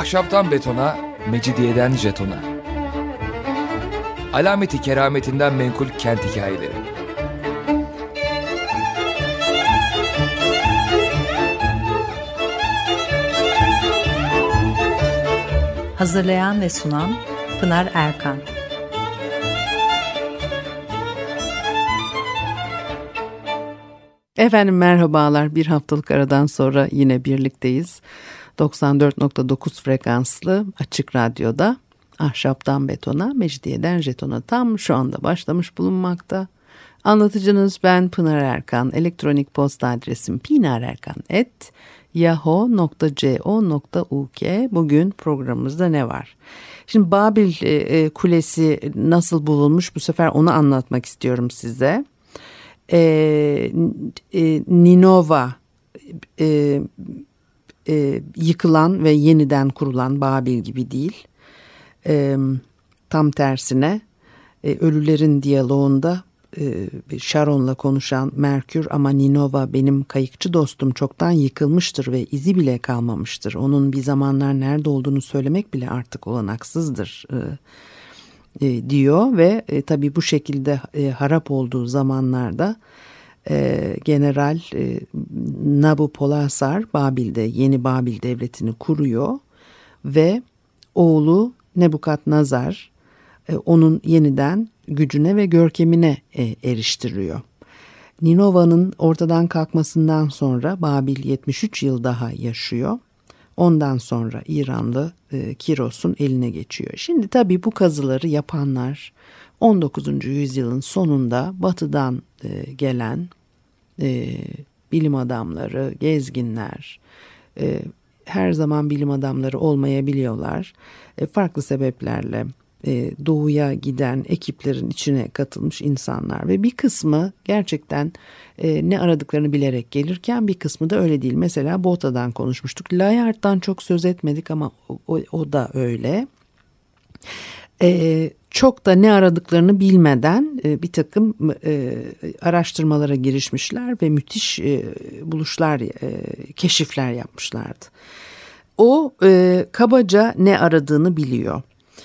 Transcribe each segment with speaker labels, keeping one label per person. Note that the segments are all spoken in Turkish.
Speaker 1: Ahşaptan betona, mecidiyeden jetona. Alameti kerametinden menkul kent hikayeleri.
Speaker 2: Hazırlayan ve sunan Pınar Erkan.
Speaker 3: Efendim merhabalar. Bir haftalık aradan sonra yine birlikteyiz. 94.9 frekanslı Açık Radyo'da Ahşaptan Betona, Mecidiyeden Jeton'a tam şu anda başlamış bulunmakta. Anlatıcınız ben Pınar Erkan. Elektronik posta adresim pinarerkan@yahoo.co.uk. Bugün programımızda ne var? Şimdi Babil Kulesi nasıl bulunmuş, bu sefer onu anlatmak istiyorum size. Ninova yıkılan ve yeniden kurulan Babil gibi değil. Tam tersine ölülerin diyaloğunda Sharon'la konuşan Merkür, ama Ninova benim kayıkçı dostum çoktan yıkılmıştır ve izi bile kalmamıştır. Onun bir zamanlar nerede olduğunu söylemek bile artık olanaksızdır diyor ve tabii bu şekilde harap olduğu zamanlarda General Nabopolassar Babil'de yeni Babil devletini kuruyor ve oğlu Nebukadnezar onun yeniden gücüne ve görkemine eriştiriyor. Ninova'nın ortadan kalkmasından sonra Babil 73 yıl daha yaşıyor. Ondan sonra İranlı Kiros'un eline geçiyor. Şimdi tabii bu kazıları yapanlar 19. yüzyılın sonunda batıdan gelen bilim adamları, gezginler, her zaman bilim adamları olmayabiliyorlar. Farklı sebeplerle doğuya giden ekiplerin içine katılmış insanlar ve bir kısmı gerçekten ne aradıklarını bilerek gelirken bir kısmı da öyle değil. Mesela Bota'dan konuşmuştuk. Layard'dan çok söz etmedik ama o da öyle. Çok da ne aradıklarını bilmeden bir takım araştırmalara girişmişler ve müthiş buluşlar, keşifler yapmışlardı. O kabaca ne aradığını biliyor.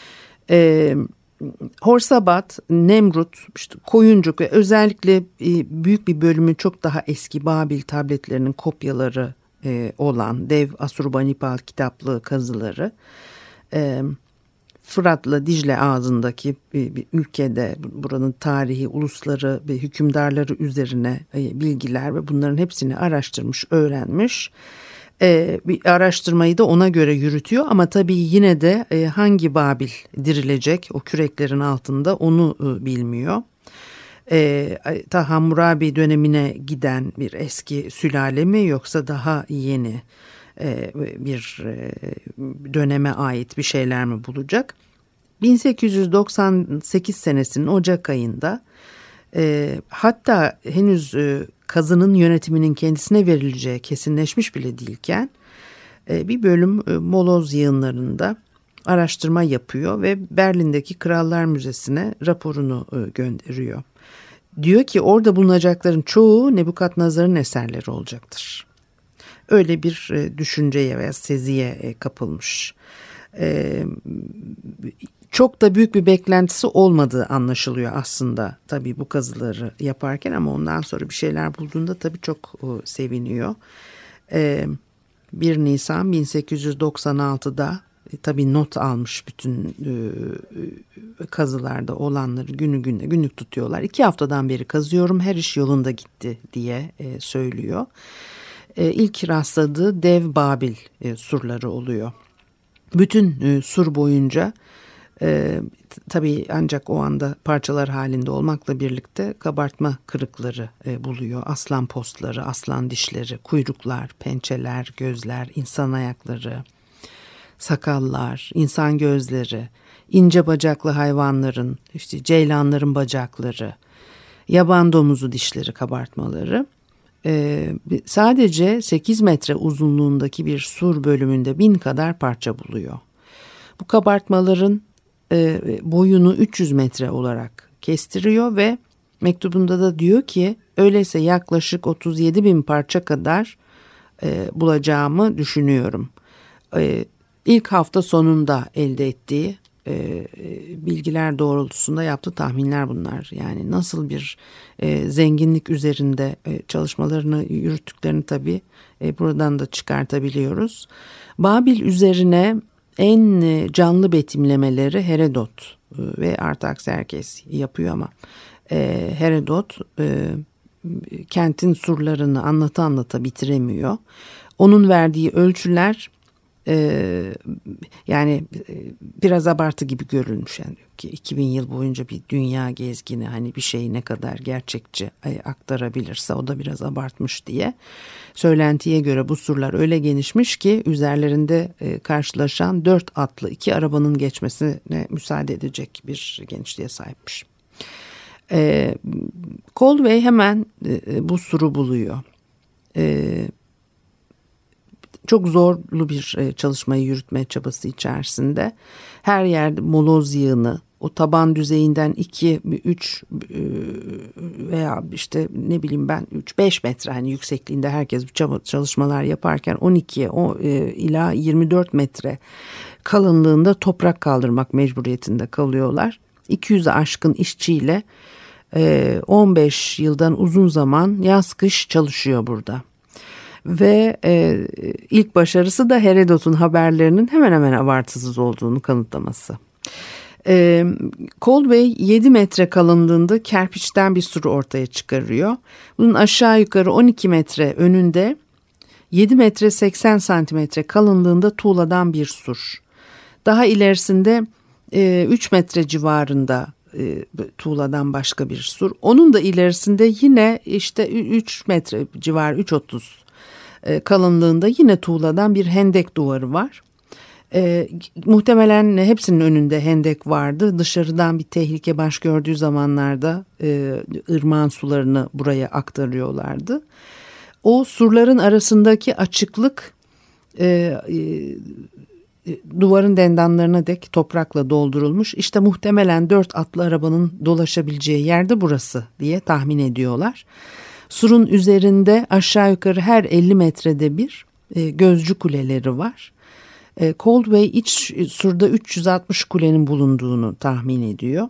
Speaker 3: Horsabat, Nemrut, işte Koyuncuk ve özellikle büyük bir bölümü çok daha eski Babil tabletlerinin kopyaları olan dev Asurbanipal kitaplı kazıları Fırat'la Dicle ağzındaki bir ülkede buranın tarihi, ulusları ve hükümdarları üzerine bilgiler ve bunların hepsini araştırmış, öğrenmiş. Bir araştırmayı da ona göre yürütüyor ama tabii yine de hangi Babil dirilecek o küreklerin altında onu bilmiyor. Ta Hammurabi dönemine giden bir eski sülale mi yoksa daha yeni bir döneme ait bir şeyler mi bulacak? 1898 senesinin Ocak ayında hatta henüz kazının yönetiminin kendisine verileceği kesinleşmiş bile değilken bir bölüm moloz yığınlarında araştırma yapıyor ve Berlin'deki Krallar Müzesi'ne raporunu gönderiyor. Diyor ki orada bulunacakların çoğu Nebukadnezar'ın eserleri olacaktır. Öyle bir düşünceye veya seziye kapılmış. Çok da büyük bir beklentisi olmadığı anlaşılıyor aslında tabii bu kazıları yaparken, ama ondan sonra bir şeyler bulduğunda tabii çok seviniyor. 1 Nisan 1896'da tabii not almış bütün kazılarda olanları günlük tutuyorlar. 2 haftadan beri kazıyorum, her iş yolunda gitti diye söylüyor. İlk rastladığı dev Babil surları oluyor. Bütün sur boyunca tabii ancak o anda parçalar halinde olmakla birlikte kabartma kırıkları buluyor. Aslan postları, aslan dişleri, kuyruklar, pençeler, gözler, insan ayakları, sakallar, insan gözleri, ince bacaklı hayvanların, işte ceylanların bacakları, yaban domuzu dişleri, kabartmaları. Sadece 8 metre uzunluğundaki bir sur bölümünde 1000 kadar parça buluyor. Bu kabartmaların boyunu 300 metre olarak kestiriyor ve mektubunda da diyor ki öyleyse yaklaşık 37 bin parça kadar bulacağımı düşünüyorum. ilk hafta sonunda elde ettiği bilgiler doğrultusunda yaptığı tahminler bunlar. Yani nasıl bir zenginlik üzerinde çalışmalarını yürüttüklerini tabii buradan da çıkartabiliyoruz. Babil üzerine en canlı betimlemeleri Herodot ve Artaxerxes yapıyor ama Herodot kentin surlarını anlata bitiremiyor. Onun verdiği ölçüler yani biraz abartı gibi görülmüş. Yani ki 2000 yıl boyunca bir dünya gezgini hani bir şeyi ne kadar gerçekçi aktarabilirse o da biraz abartmış diye. Söylentiye göre bu surlar öyle genişmiş ki üzerlerinde karşılaşan 4 atlı 2 arabanın geçmesine müsaade edecek bir genişliğe sahipmiş. Colway hemen bu suru buluyor. Çok zorlu bir çalışmayı yürütme çabası içerisinde her yerde moloz yığını, o taban düzeyinden 2-3 veya işte ne bileyim ben 3-5 metre hani yüksekliğinde herkes çalışmalar yaparken 12 ila 24 metre kalınlığında toprak kaldırmak mecburiyetinde kalıyorlar. 200'e aşkın işçiyle 15 yıldan uzun zaman yaz kış çalışıyor burada. Ve ilk başarısı da Herodot'un haberlerinin hemen hemen abartısız olduğunu kanıtlaması. Colway 7 metre kalınlığında kerpiçten bir sur ortaya çıkarıyor. Bunun aşağı yukarı 12 metre önünde 7 metre 80 santimetre kalınlığında tuğladan bir sur. Daha ilerisinde 3 metre civarında tuğladan başka bir sur. Onun da ilerisinde yine işte 3 metre civarı 3.30 kalınlığında yine tuğladan bir hendek duvarı var. Muhtemelen hepsinin önünde hendek vardı. Dışarıdan bir tehlike baş gördüğü zamanlarda ırmağın sularını buraya aktarıyorlardı. O surların arasındaki açıklık duvarın dendanlarına dek toprakla doldurulmuş. İşte muhtemelen 4 atlı arabanın dolaşabileceği yerde burası diye tahmin ediyorlar. Surun üzerinde aşağı yukarı her 50 metrede bir gözcü kuleleri var. Colway iç surda 360 kulenin bulunduğunu tahmin ediyor.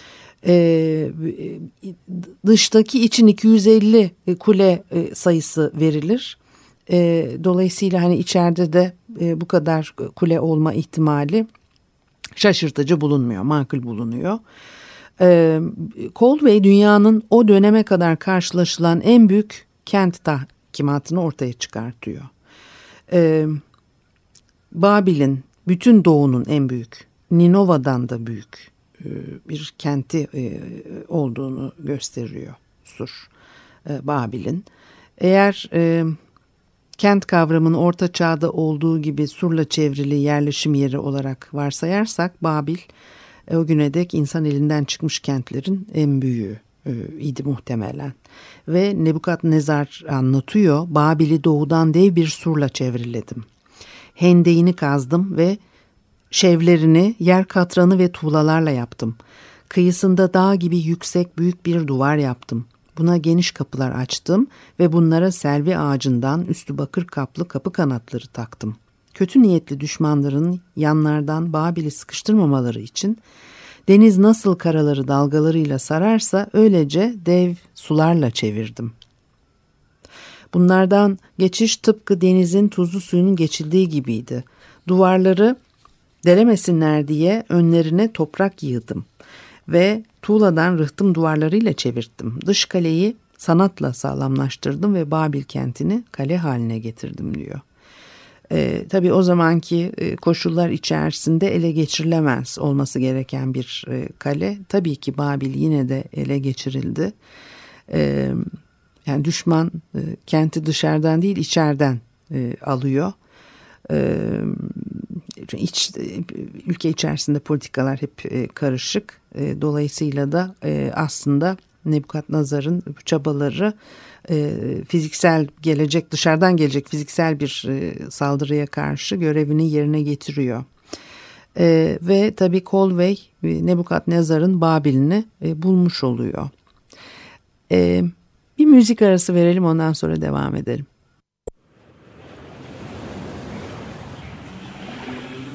Speaker 3: Dıştaki için 250 kule sayısı verilir. Dolayısıyla hani içeride de bu kadar kule olma ihtimali şaşırtıcı bulunmuyor, makul bulunuyor. Colway dünyanın o döneme kadar karşılaşılan en büyük kent tahkimatını ortaya çıkartıyor. Babil'in bütün doğunun en büyük, Ninova'dan da büyük bir kenti olduğunu gösteriyor Sur Babil'in. Eğer kent kavramını Orta Çağ'da olduğu gibi surla çevrili yerleşim yeri olarak varsayarsak Babil o güne dek insan elinden çıkmış kentlerin en büyüğü idi muhtemelen. Ve Nebukadnezar anlatıyor, Babil'i doğudan dev bir surla çevriledim. Hendeğini kazdım ve şevlerini, yer katranı ve tuğlalarla yaptım. Kıyısında dağ gibi yüksek büyük bir duvar yaptım. Buna geniş kapılar açtım ve bunlara selvi ağacından üstü bakır kaplı kapı kanatları taktım. Kötü niyetli düşmanların yanlardan Babil'i sıkıştırmamaları için deniz nasıl karaları dalgalarıyla sararsa öylece dev sularla çevirdim. Bunlardan geçiş tıpkı denizin tuzlu suyunun geçildiği gibiydi. Duvarları delemesinler diye önlerine toprak yığdım ve tuğladan rıhtım duvarlarıyla çevirttim. Dış kaleyi sanatla sağlamlaştırdım ve Babil kentini kale haline getirdim diyor. Tabii o zamanki koşullar içerisinde ele geçirilemez olması gereken bir kale. Tabii ki Babil yine de ele geçirildi. Yani düşman kenti dışarıdan değil içeriden alıyor. Ülke içerisinde politikalar hep karışık. Dolayısıyla da aslında Nebukadnezar'ın çabaları fiziksel dışarıdan gelecek fiziksel bir saldırıya karşı görevini yerine getiriyor. Ve tabii Colway Nebukadnezar'ın Babil'ini bulmuş oluyor. Bir müzik arası verelim, ondan sonra devam edelim.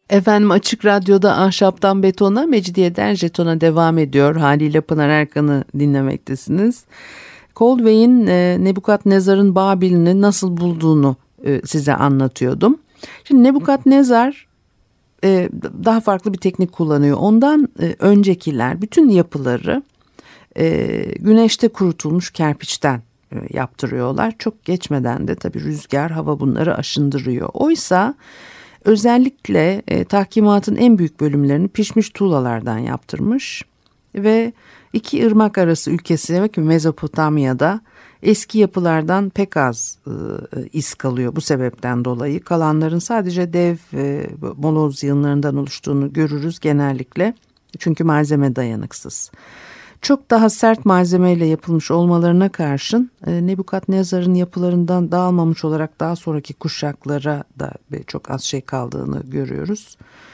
Speaker 3: Efendim, Açık Radyo'da Ahşaptan Betona, Mecidiyeden Jeton'a devam ediyor. Haliyle Pınar Erkan'ı dinlemektesiniz. Coldwell'in Nebukadnezar'ın Babil'ini nasıl bulduğunu size anlatıyordum. Şimdi Nebukadnezar daha farklı bir teknik kullanıyor. Ondan öncekiler bütün yapıları güneşte kurutulmuş kerpiçten yaptırıyorlar. Çok geçmeden de tabii rüzgar, hava bunları aşındırıyor. Oysa özellikle tahkimatın en büyük bölümlerini pişmiş tuğlalardan yaptırmış ve iki ırmak arası ülkesi Mezopotamya'da eski yapılardan pek az iz kalıyor. Bu sebepten dolayı kalanların sadece dev moloz yığınlarından oluştuğunu görürüz genellikle. Çünkü malzeme dayanıksız. Çok daha sert malzemeyle yapılmış olmalarına karşın Nebukadnezar'ın yapılarından dağılmamış olarak daha sonraki kuşaklara da çok az şey kaldığını görüyoruz.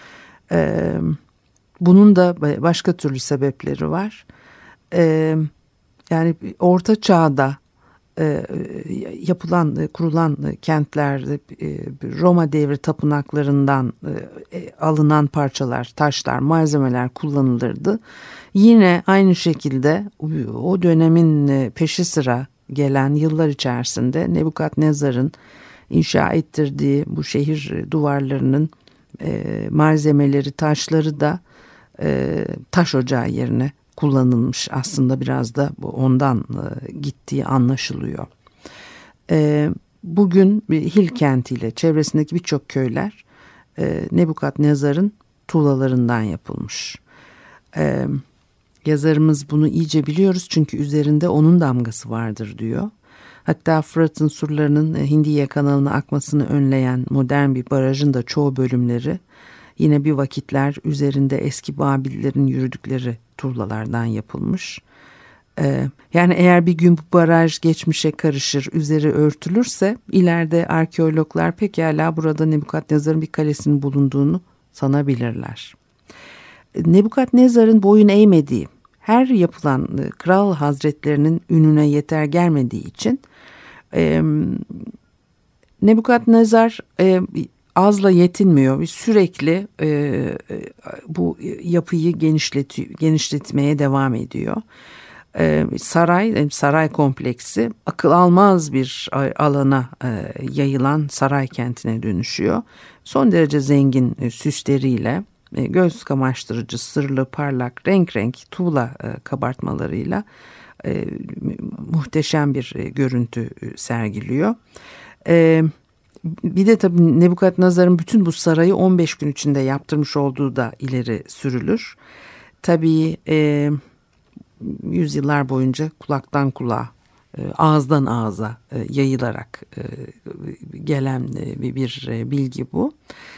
Speaker 3: Bunun da başka türlü sebepleri var. Yani Orta Çağ'da kurulan kentlerde Roma devri tapınaklarından alınan parçalar, taşlar, malzemeler kullanılırdı. Yine aynı şekilde o dönemin peşi sıra gelen yıllar içerisinde Nebukadnezar'ın inşa ettirdiği bu şehir duvarlarının malzemeleri, taşları da taş ocağı yerine kullanılmış. Aslında biraz da ondan gittiği anlaşılıyor. Bugün Hil kentiyle çevresindeki birçok köyler Nebukadnezar'ın tuğlalarından yapılmış. Yazarımız bunu iyice biliyoruz çünkü üzerinde onun damgası vardır diyor. Hatta Fırat'ın surlarının Hindiye kanalına akmasını önleyen modern bir barajın da çoğu bölümleri yine bir vakitler üzerinde eski Babillerin yürüdükleri tuğlalardan yapılmış. Yani eğer bir gün bu baraj geçmişe karışır, üzeri örtülürse ileride arkeologlar pekala burada Nebukadnezar'ın bir kalesinin bulunduğunu sanabilirler. Nebukadnezar'ın boyun eğmediği, her yapılan kral hazretlerinin ününe yeter gelmediği için Nebukadnezar azla yetinmiyor. Sürekli bu yapıyı genişletmeye devam ediyor. Saray kompleksi akıl almaz bir alana yayılan saray kentine dönüşüyor. Son derece zengin süsleriyle, göz kamaştırıcı, sırlı, parlak, renk tuğla kabartmalarıyla muhteşem bir görüntü sergiliyor. Bir de tabii Nebukadnezar'ın bütün bu sarayı 15 gün içinde yaptırmış olduğu da ileri sürülür. Tabii yüzyıllar boyunca kulaktan kulağa, ağızdan ağza yayılarak gelen bir bilgi bu.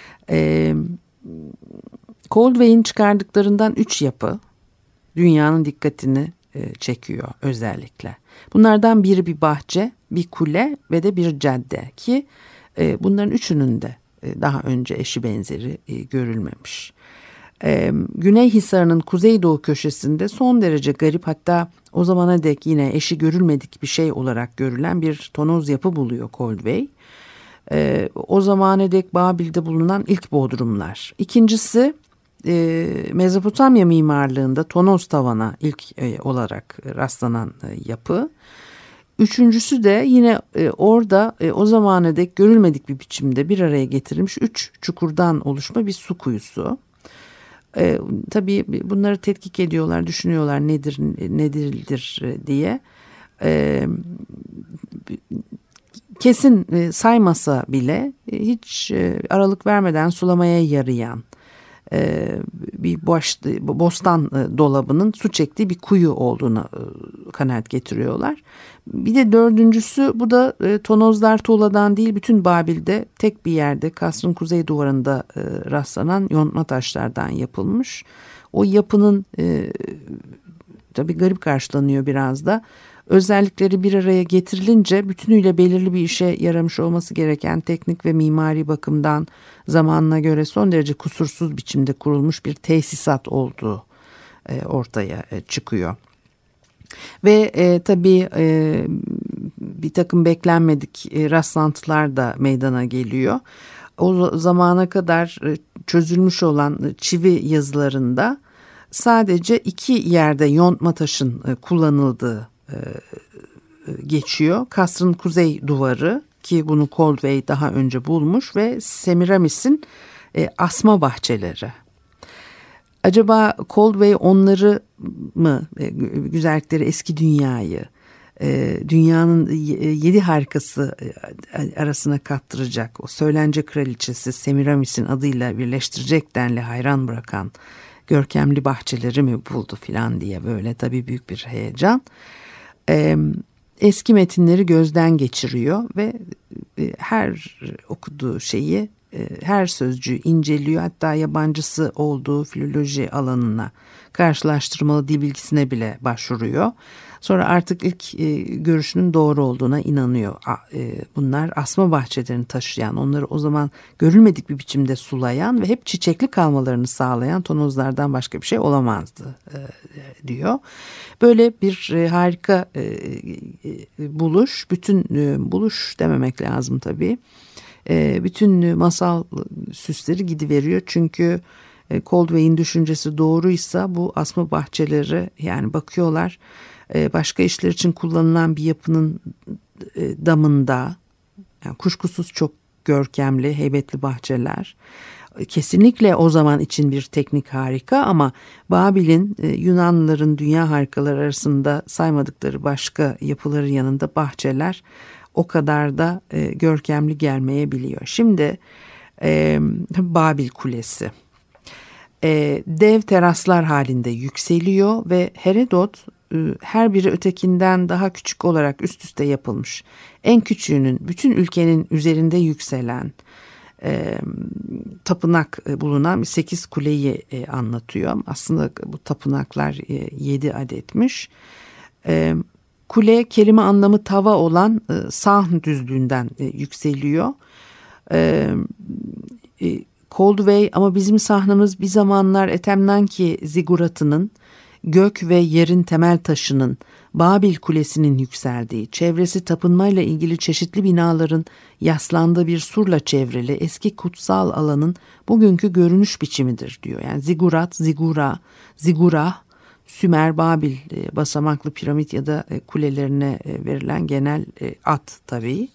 Speaker 3: Coldwell'in çıkardıklarından 3 yapı dünyanın dikkatini çekiyor özellikle. Bunlardan biri bir bahçe, bir kule ve de bir cadde ki bunların üçünün de daha önce eşi benzeri görülmemiş. Güney Hisarı'nın kuzeydoğu köşesinde son derece garip, hatta o zamana dek yine eşi görülmedik bir şey olarak görülen bir tonoz yapı buluyor Coldwell. O zamana dek Babil'de bulunan ilk bodrumlar. İkincisi Mezopotamya mimarlığında tonoz tavana ilk olarak rastlanan yapı. Üçüncüsü de yine orada o zamana dek görülmedik bir biçimde bir araya getirilmiş 3 çukurdan oluşma bir su kuyusu. Tabii bunları tetkik ediyorlar, düşünüyorlar nedirdir diye. Kesin saymasa bile hiç aralık vermeden sulamaya yarayan bir bostan dolabının su çektiği bir kuyu olduğuna kanaat getiriyorlar. Bir de dördüncüsü, bu da tonozlar tuğladan değil, bütün Babil'de tek bir yerde kasrın kuzey duvarında rastlanan yontma taşlardan yapılmış. O yapının tabii garip karşılanıyor biraz da. Özellikleri bir araya getirilince bütünüyle belirli bir işe yaramış olması gereken teknik ve mimari bakımdan zamanına göre son derece kusursuz biçimde kurulmuş bir tesisat olduğu ortaya çıkıyor. Ve tabii bir takım beklenmedik rastlantılar da meydana geliyor. O zamana kadar çözülmüş olan çivi yazılarında sadece 2 yerde yontma taşın kullanıldığı geçiyor. Kasrın kuzey duvarı, ki bunu Coldwell daha önce bulmuş, ve Semiramis'in asma bahçeleri. Acaba Coldwell onları mı, güzellikleri eski dünyayı, dünyanın 7 harikası arasına kattıracak, o Söylence Kraliçesi Semiramis'in adıyla birleştirecek denli hayran bırakan görkemli bahçeleri mi buldu filan diye, böyle tabii büyük bir heyecan. Eski metinleri gözden geçiriyor ve her okuduğu şeyi, her sözcüğü inceliyor. Hatta yabancısı olduğu filoloji alanına, karşılaştırmalı dil bilgisine bile başvuruyor. Sonra artık ilk görüşünün doğru olduğuna inanıyor. Bunlar asma bahçelerini taşıyan, onları o zaman görülmedik bir biçimde sulayan ve hep çiçekli kalmalarını sağlayan tonozlardan başka bir şey olamazdı diyor. Böyle bir harika buluş, bütün buluş dememek lazım tabii. Bütün masal süsleri gidiveriyor. Çünkü Coldwell'in düşüncesi doğruysa bu asma bahçeleri, yani bakıyorlar başka işler için kullanılan bir yapının damında, yani kuşkusuz çok görkemli, heybetli bahçeler. Kesinlikle o zaman için bir teknik harika, ama Babil'in Yunanlıların dünya harikaları arasında saymadıkları başka yapıları yanında bahçeler o kadar da görkemli gelmeyebiliyor. Şimdi Babil Kulesi dev teraslar halinde yükseliyor ve Herodot her biri ötekinden daha küçük olarak üst üste yapılmış, en küçüğünün bütün ülkenin üzerinde yükselen tapınak bulunan 8 kuleyi anlatıyor. Aslında bu tapınaklar 7 adetmiş. Kule kelime anlamı tava olan sahn düzlüğünden yükseliyor. Coldwell, ama bizim sahnımız bir zamanlar Etemnanki ziguratının, gök ve yerin temel taşının, Babil Kulesi'nin yükseldiği, çevresi tapınmayla ilgili çeşitli binaların yaslandığı bir surla çevrili eski kutsal alanın bugünkü görünüş biçimidir diyor. Yani zigurat, zigura, Sümer, Babil basamaklı piramit ya da kulelerine verilen genel ad tabii.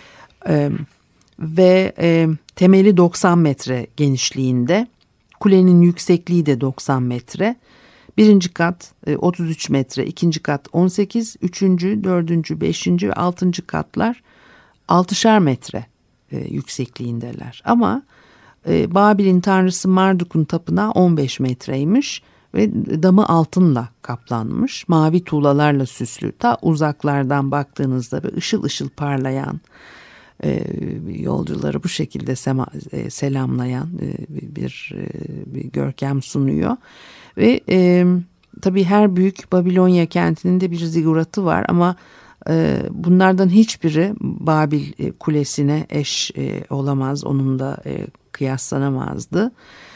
Speaker 3: Ve temeli 90 metre genişliğinde, kulenin yüksekliği de 90 metre. Birinci kat 33 metre, ikinci kat 18, üçüncü, dördüncü, beşinci ve altıncı katlar 6'şar metre yüksekliğindeler. Ama Babil'in tanrısı Marduk'un tapınağı 15 metreymiş ve damı altınla kaplanmış, mavi tuğlalarla süslü. Ta uzaklardan baktığınızda ve ışıl ışıl parlayan, yolcuları bu şekilde selamlayan bir görkem sunuyor. Ve tabii her büyük Babilonya kentinin de bir ziguratı var, ama bunlardan hiçbiri Babil Kulesi'ne eş olamaz, onunla kıyaslanamazdı.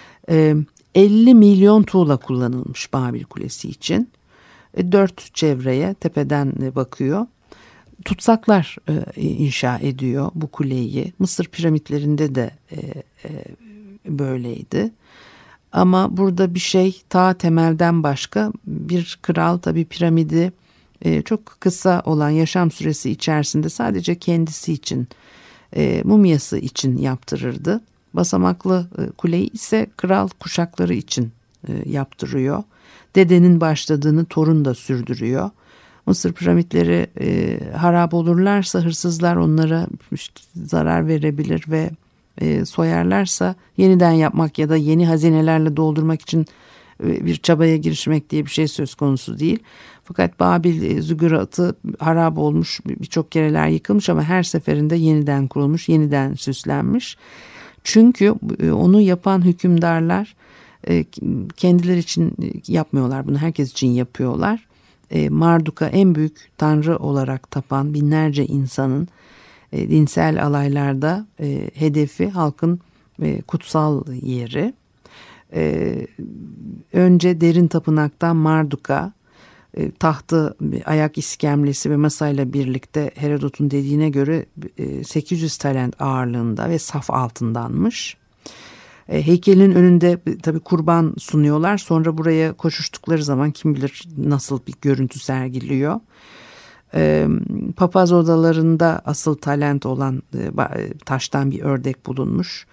Speaker 3: 50 milyon tuğla kullanılmış Babil Kulesi için. 4 çevreye tepeden bakıyor. Tutsaklar inşa ediyor bu kuleyi. Mısır piramitlerinde de böyleydi. Ama burada bir şey ta temelden başka. Bir kral tabii piramidi çok kısa olan yaşam süresi içerisinde sadece kendisi için, mumyası için yaptırırdı. Basamaklı kuleyi ise kral kuşakları için yaptırıyor. Dedenin başladığını torun da sürdürüyor. Mısır piramitleri harap olurlarsa hırsızlar onlara zarar verebilir ve soyarlarsa yeniden yapmak ya da yeni hazinelerle doldurmak için bir çabaya girişmek diye bir şey söz konusu değil. Fakat Babil ziguratı harap olmuş, birçok kereler yıkılmış ama her seferinde yeniden kurulmuş, yeniden süslenmiş. Çünkü onu yapan hükümdarlar kendileri için yapmıyorlar bunu, herkes için yapıyorlar. Marduk'a en büyük tanrı olarak tapan binlerce insanın dinsel alaylarda hedefi halkın kutsal yeri. Önce derin tapınaktan Marduk'a, tahtı, ayak iskemlesi ve masayla birlikte Herodot'un dediğine göre 800 talent ağırlığında ve saf altındanmış. Heykelin önünde tabii kurban sunuyorlar. Sonra buraya koşuştukları zaman kim bilir nasıl bir görüntü sergiliyor. Papaz odalarında asıl talent olan taştan bir ördek bulunmuş.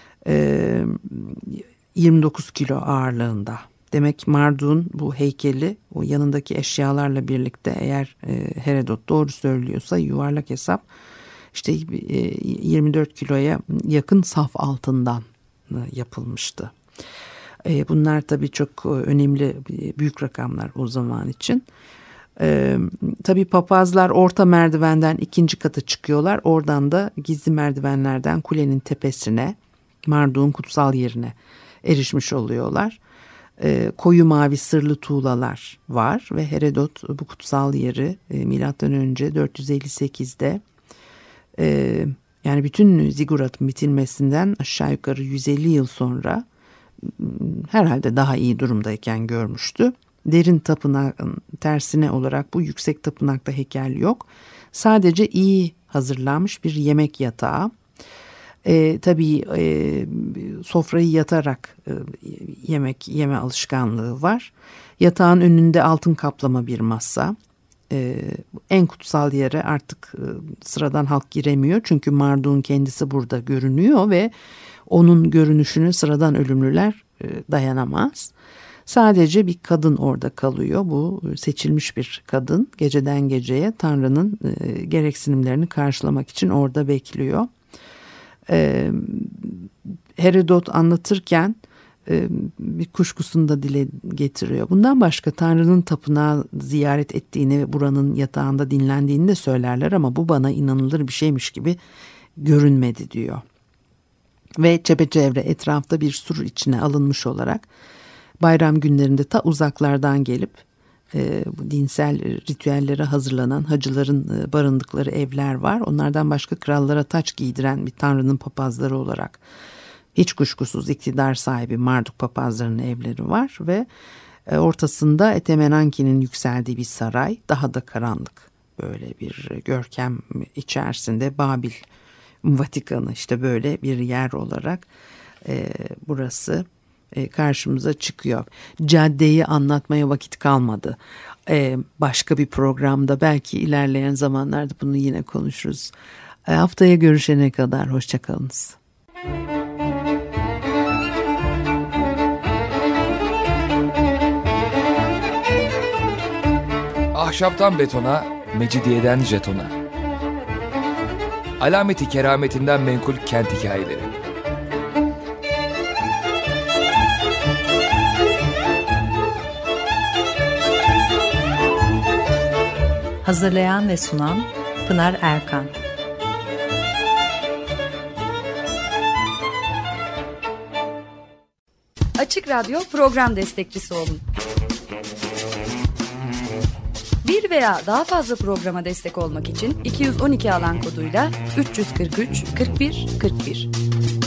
Speaker 3: 29 kilo ağırlığında. Demek Marduk'un bu heykeli o yanındaki eşyalarla birlikte, eğer Herodot doğru söylüyorsa, yuvarlak hesap işte 24 kiloya yakın saf altından yapılmıştı. Bunlar tabii çok önemli, büyük rakamlar o zaman için. Tabii papazlar orta merdivenden 2. kata çıkıyorlar. Oradan da gizli merdivenlerden kulenin tepesine, Marduk'un kutsal yerine erişmiş oluyorlar. Koyu mavi sırlı tuğlalar var ve Herodot bu kutsal yeri milattan önce 458'de yani bütün ziguratın bitilmesinden aşağı yukarı 150 yıl sonra herhalde daha iyi durumdayken görmüştü. Derin tapınağın tersine olarak bu yüksek tapınakta heykel yok. Sadece iyi hazırlanmış bir yemek yatağı. Tabii sofrayı yatarak yemek yeme alışkanlığı var. Yatağın önünde altın kaplama bir masa. En kutsal yere artık sıradan halk giremiyor. Çünkü Marduk'un kendisi burada görünüyor ve onun görünüşünü sıradan ölümlüler dayanamaz. Sadece bir kadın orada kalıyor. Bu seçilmiş bir kadın. Geceden geceye Tanrı'nın gereksinimlerini karşılamak için orada bekliyor. Herodot anlatırken bir kuşkusunu da dile getiriyor. Bundan başka Tanrı'nın tapınağı ziyaret ettiğini ve buranın yatağında dinlendiğini de söylerler ama bu bana inanılır bir şeymiş gibi görünmedi diyor. Ve çepeçevre etrafta bir sur içine alınmış olarak bayram günlerinde ta uzaklardan gelip bu dinsel ritüellere hazırlanan hacıların barındıkları evler var. Onlardan başka krallara taç giydiren bir tanrının papazları olarak hiç kuşkusuz iktidar sahibi Marduk papazlarının evleri var ve ortasında Etemenanki'nin yükseldiği bir saray, daha da karanlık böyle bir görkem içerisinde Babil Vatikanı, işte böyle bir yer olarak burası karşımıza çıkıyor. Caddeyi anlatmaya vakit kalmadı. Başka bir programda belki ilerleyen zamanlarda bunu yine konuşuruz. Haftaya görüşene kadar hoşçakalınız.
Speaker 1: Ahşaptan betona, mecidiyeden jetona. Alameti kerametinden menkul kent hikayeleri.
Speaker 2: Hazırlayan ve sunan Pınar Erkan.
Speaker 4: Açık Radyo program destekçisi olun. Bir veya daha fazla programa destek olmak için 212 alan koduyla 343 41 41.